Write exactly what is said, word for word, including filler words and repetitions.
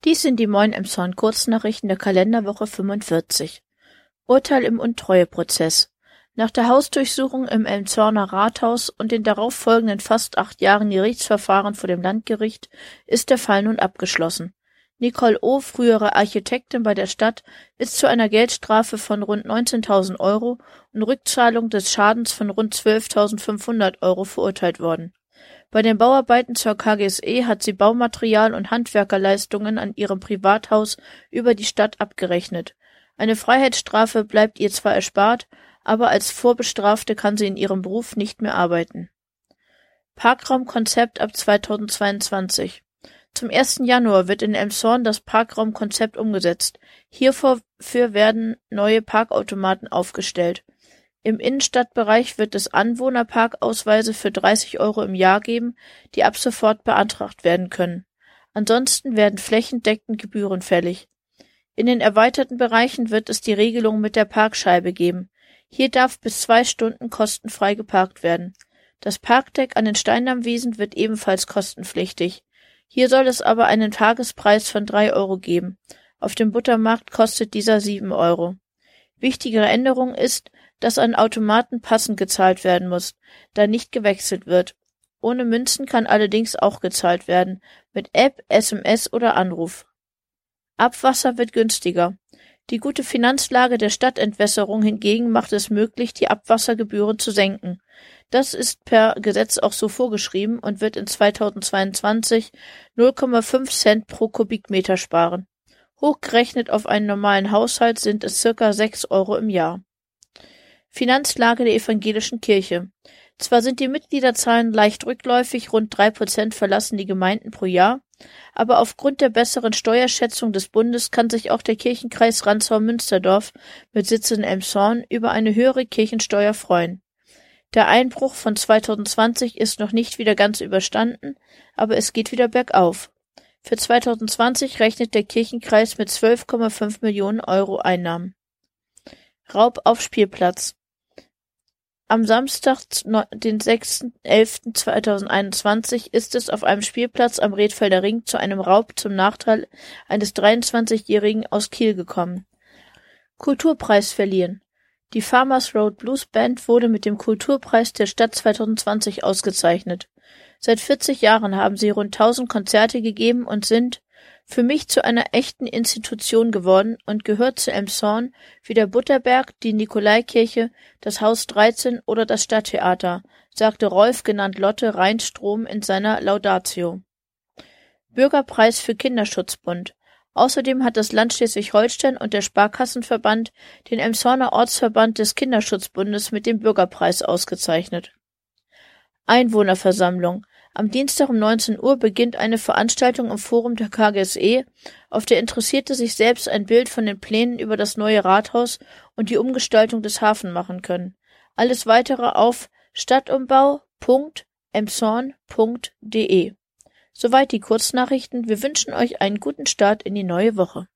Dies sind die Moin Emshorn Kurznachrichten der Kalenderwoche fünfundvierzig. Urteil im Untreueprozess. Nach der Hausdurchsuchung im Elmshorner Rathaus und den darauf folgenden fast acht Jahren Gerichtsverfahren vor dem Landgericht ist der Fall nun abgeschlossen. Nicole O., frühere Architektin bei der Stadt, ist zu einer Geldstrafe von rund neunzehntausend Euro und Rückzahlung des Schadens von rund zwölftausendfünfhundert Euro verurteilt worden. Bei den Bauarbeiten zur K G S E hat sie Baumaterial- und Handwerkerleistungen an ihrem Privathaus über die Stadt abgerechnet. Eine Freiheitsstrafe bleibt ihr zwar erspart, aber als Vorbestrafte kann sie in ihrem Beruf nicht mehr arbeiten. Parkraumkonzept ab zweitausendzweiundzwanzig. Zum ersten Januar wird in Elmshorn das Parkraumkonzept umgesetzt. Hierfür werden neue Parkautomaten aufgestellt. Im Innenstadtbereich wird es Anwohnerparkausweise für dreißig Euro im Jahr geben, die ab sofort beantragt werden können. Ansonsten werden flächendeckend Gebühren fällig. In den erweiterten Bereichen wird es die Regelung mit der Parkscheibe geben. Hier darf bis zwei Stunden kostenfrei geparkt werden. Das Parkdeck an den Steindammwiesen wird ebenfalls kostenpflichtig. Hier soll es aber einen Tagespreis von drei Euro geben. Auf dem Buttermarkt kostet dieser sieben Euro. Wichtigere Änderung ist, dass an Automaten passend gezahlt werden muss, da nicht gewechselt wird. Ohne Münzen kann allerdings auch gezahlt werden, mit App, S M S oder Anruf. Abwasser wird günstiger. Die gute Finanzlage der Stadtentwässerung hingegen macht es möglich, die Abwassergebühren zu senken. Das ist per Gesetz auch so vorgeschrieben und wird in zweitausendzweiundzwanzig null Komma fünf Cent pro Kubikmeter sparen. Hochgerechnet auf einen normalen Haushalt sind es circa sechs Euro im Jahr. Finanzlage der evangelischen Kirche. Zwar sind die Mitgliederzahlen leicht rückläufig, rund drei Prozent verlassen die Gemeinden pro Jahr, aber aufgrund der besseren Steuerschätzung des Bundes kann sich auch der Kirchenkreis Rantzau-Münsterdorf mit Sitz in Elmshorn über eine höhere Kirchensteuer freuen. Der Einbruch von zweitausendzwanzig ist noch nicht wieder ganz überstanden, aber es geht wieder bergauf. Für zweitausendzwanzig rechnet der Kirchenkreis mit zwölf Komma fünf Millionen Euro Einnahmen. Raub auf Spielplatz. Am Samstag, den sechsten elften zweitausendeinundzwanzig, ist es auf einem Spielplatz am Redfelder Ring zu einem Raub zum Nachteil eines dreiundzwanzigjährigen aus Kiel gekommen. Kulturpreis verliehen. Die Farmers Road Blues Band wurde mit dem Kulturpreis der Stadt zweitausendzwanzig ausgezeichnet. Seit vierzig Jahren haben sie rund tausend Konzerte gegeben und sind für mich zu einer echten Institution geworden und gehört zu Elmshorn wie der Butterberg, die Nikolaikirche, das Haus dreizehn oder das Stadttheater, sagte Rolf, genannt Lotte, Reinstrom in seiner Laudatio. Bürgerpreis für Kinderschutzbund. Außerdem hat das Land Schleswig-Holstein und der Sparkassenverband den Elmshorner Ortsverband des Kinderschutzbundes mit dem Bürgerpreis ausgezeichnet. Einwohnerversammlung. Am Dienstag um neunzehn Uhr beginnt eine Veranstaltung im Forum der K G S E, auf der Interessierte sich selbst ein Bild von den Plänen über das neue Rathaus und die Umgestaltung des Hafens machen können. Alles weitere auf stadtumbau punkt emshorn punkt de. Soweit die Kurznachrichten. Wir wünschen euch einen guten Start in die neue Woche.